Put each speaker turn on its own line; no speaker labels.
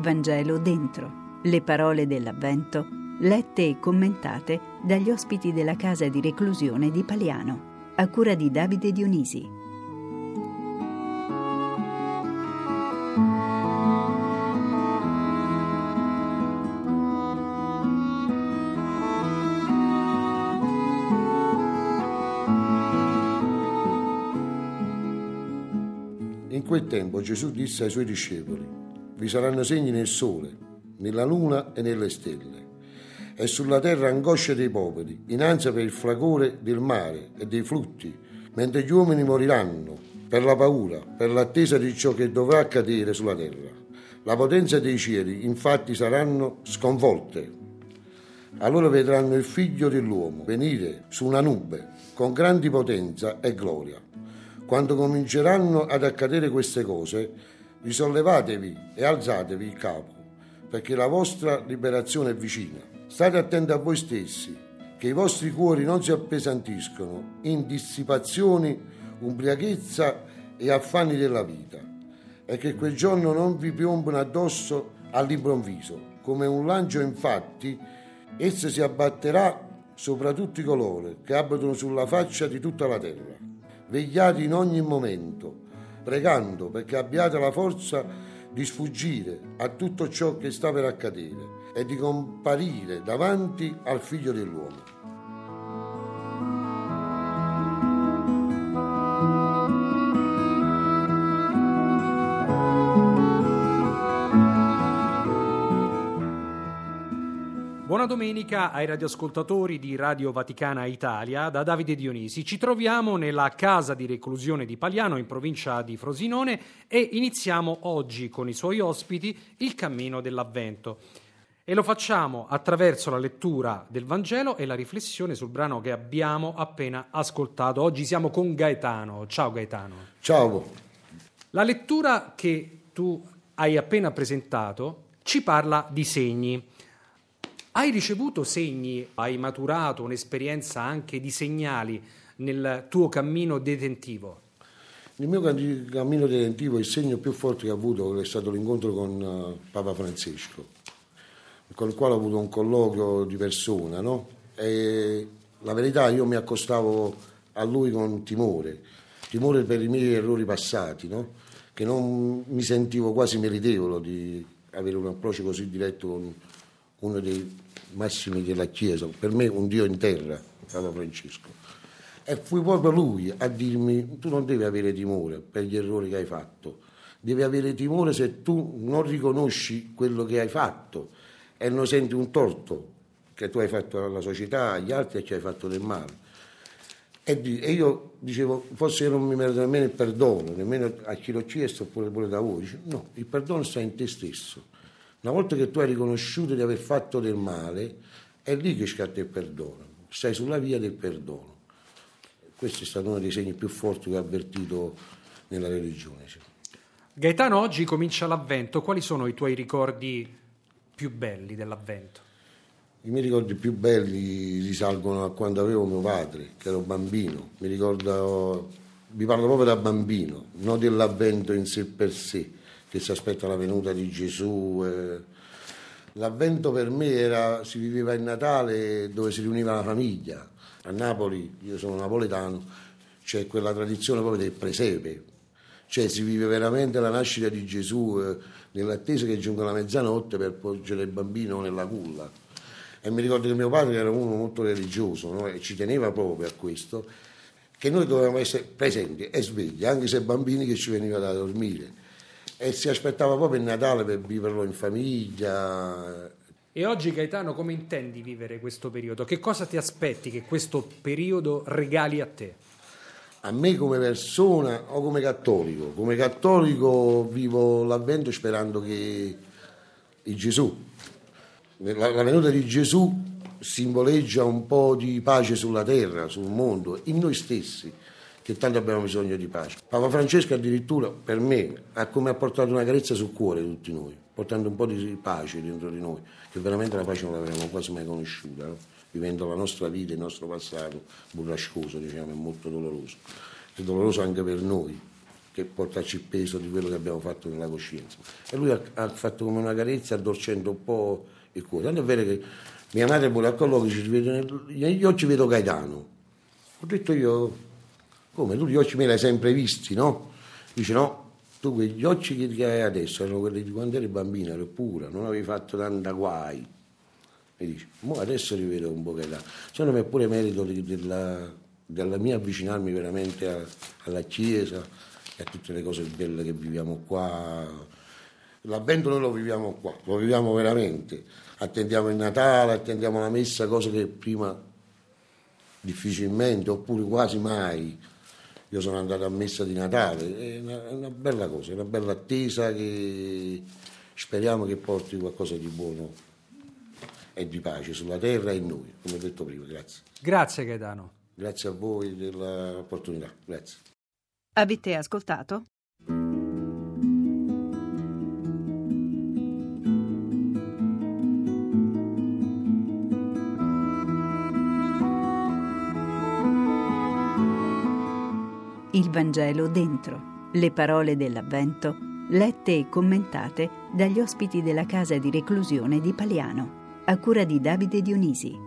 Vangelo dentro, le parole dell'Avvento, lette e commentate dagli ospiti della casa di reclusione di Paliano, a cura di Davide Dionisi.
In quel tempo Gesù disse ai suoi discepoli: vi saranno segni nel sole, nella luna e nelle stelle, e sulla terra angoscia dei popoli, in ansia per il fragore del mare e dei flutti, mentre gli uomini moriranno per la paura, per l'attesa di ciò che dovrà accadere sulla terra. La potenza dei cieli, infatti, saranno sconvolte. Allora vedranno il Figlio dell'uomo venire su una nube con grandi potenza e gloria. Quando cominceranno ad accadere queste cose, risollevatevi e alzatevi il capo, perché la vostra liberazione è vicina. State attenti a voi stessi, che i vostri cuori non si appesantiscono in dissipazioni, ubriachezza e affanni della vita, e che quel giorno non vi piombino addosso all'improvviso. Come un lancio, infatti, esso si abbatterà sopra tutti coloro che abitano sulla faccia di tutta la terra. Vegliate in ogni momento, pregando perché abbiate la forza di sfuggire a tutto ciò che sta per accadere e di comparire davanti al Figlio dell'uomo.
Buona domenica ai radioascoltatori di Radio Vaticana Italia, da Davide Dionisi. Ci troviamo nella casa di reclusione di Paliano, in provincia di Frosinone, e iniziamo oggi con i suoi ospiti il cammino dell'Avvento. E lo facciamo attraverso la lettura del Vangelo e la riflessione sul brano che abbiamo appena ascoltato. Oggi siamo con Gaetano. Ciao Gaetano.
Ciao.
La lettura che tu hai appena presentato ci parla di segni. Hai ricevuto segni, hai maturato un'esperienza anche di segnali nel tuo cammino detentivo?
Nel mio cammino detentivo il segno più forte che ho avuto è stato l'incontro con Papa Francesco, con il quale ho avuto un colloquio di persona, no? E la verità, io mi accostavo a lui con timore per i miei errori passati, no? Che non mi sentivo quasi meritevole di avere un approccio così diretto con uno dei massimi della Chiesa, per me un Dio in terra, Papa Francesco. E fu proprio lui a dirmi: tu non devi avere timore per gli errori che hai fatto, devi avere timore se tu non riconosci quello che hai fatto e non senti un torto che tu hai fatto alla società, agli altri, e che hai fatto del male. E io dicevo, forse io non mi merito nemmeno il perdono, nemmeno a chi l'ho chiesto, oppure pure da voi. Dice, no, il perdono sta in te stesso. Una volta che tu hai riconosciuto di aver fatto del male, è lì che scatta il perdono, stai sulla via del perdono. Questo è stato uno dei segni più forti che ho avvertito nella religione. Sì.
Gaetano, oggi comincia l'Avvento. Quali sono i tuoi ricordi più belli dell'Avvento?
I miei ricordi più belli risalgono a quando avevo mio padre, che ero bambino. Vi parlo proprio da bambino, non dell'Avvento in sé per sé, che si aspetta la venuta di Gesù. L'Avvento per me si viveva il Natale dove si riuniva la famiglia. A Napoli, io sono napoletano, c'è quella tradizione proprio del presepe, cioè si vive veramente la nascita di Gesù nell'attesa che giunga la mezzanotte per porgere il bambino nella culla. E mi ricordo che mio padre era uno molto religioso, no? E ci teneva proprio a questo, che noi dovevamo essere presenti e svegli, anche se bambini che ci venivano da dormire. E si aspettava proprio il Natale per viverlo in famiglia.
E oggi, Gaetano, come intendi vivere questo periodo? Che cosa ti aspetti che questo periodo regali a te?
A me come persona o come cattolico? Come cattolico vivo l'Avvento sperando che la venuta di Gesù simboleggia un po' di pace sulla terra, sul mondo, in noi stessi, che tanto abbiamo bisogno di pace. Papa Francesco addirittura, per me, ha portato una carezza sul cuore di tutti noi, portando un po' di pace dentro di noi, che veramente la pace non l'avevamo quasi mai conosciuta, no? Vivendo la nostra vita, il nostro passato burrascoso, diciamo, è molto doloroso. È doloroso anche per noi, che portarci il peso di quello che abbiamo fatto nella coscienza. E lui ha fatto come una carezza, addolcendo un po' il cuore. Tanto è vero che mia madre pure al colloquio ci vede, negli occhi vedo Gaetano. Ho detto io, come? Tu gli occhi me li hai sempre visti, no? Dice no, tu quegli occhi che hai adesso erano quelli di quando eri bambina, ero pura, non avevi fatto tanta guai. Mi dice, mo adesso rivedo un po' Gaetano. Secondo me è pure merito della mia avvicinarmi veramente alla Chiesa e a tutte le cose belle che viviamo qua. L'avvento noi lo viviamo qua, lo viviamo veramente. Attendiamo il Natale, attendiamo la messa, cose che prima difficilmente oppure quasi mai io sono andato a messa di Natale. È una bella cosa, è una bella attesa che speriamo che porti qualcosa di buono e di pace sulla terra e in noi, come ho detto prima. Grazie.
Grazie Gaetano.
Grazie a voi dell'opportunità. Grazie.
Avete ascoltato? Il Vangelo dentro, le parole dell'Avvento, lette e commentate dagli ospiti della casa di reclusione di Paliano, a cura di Davide Dionisi.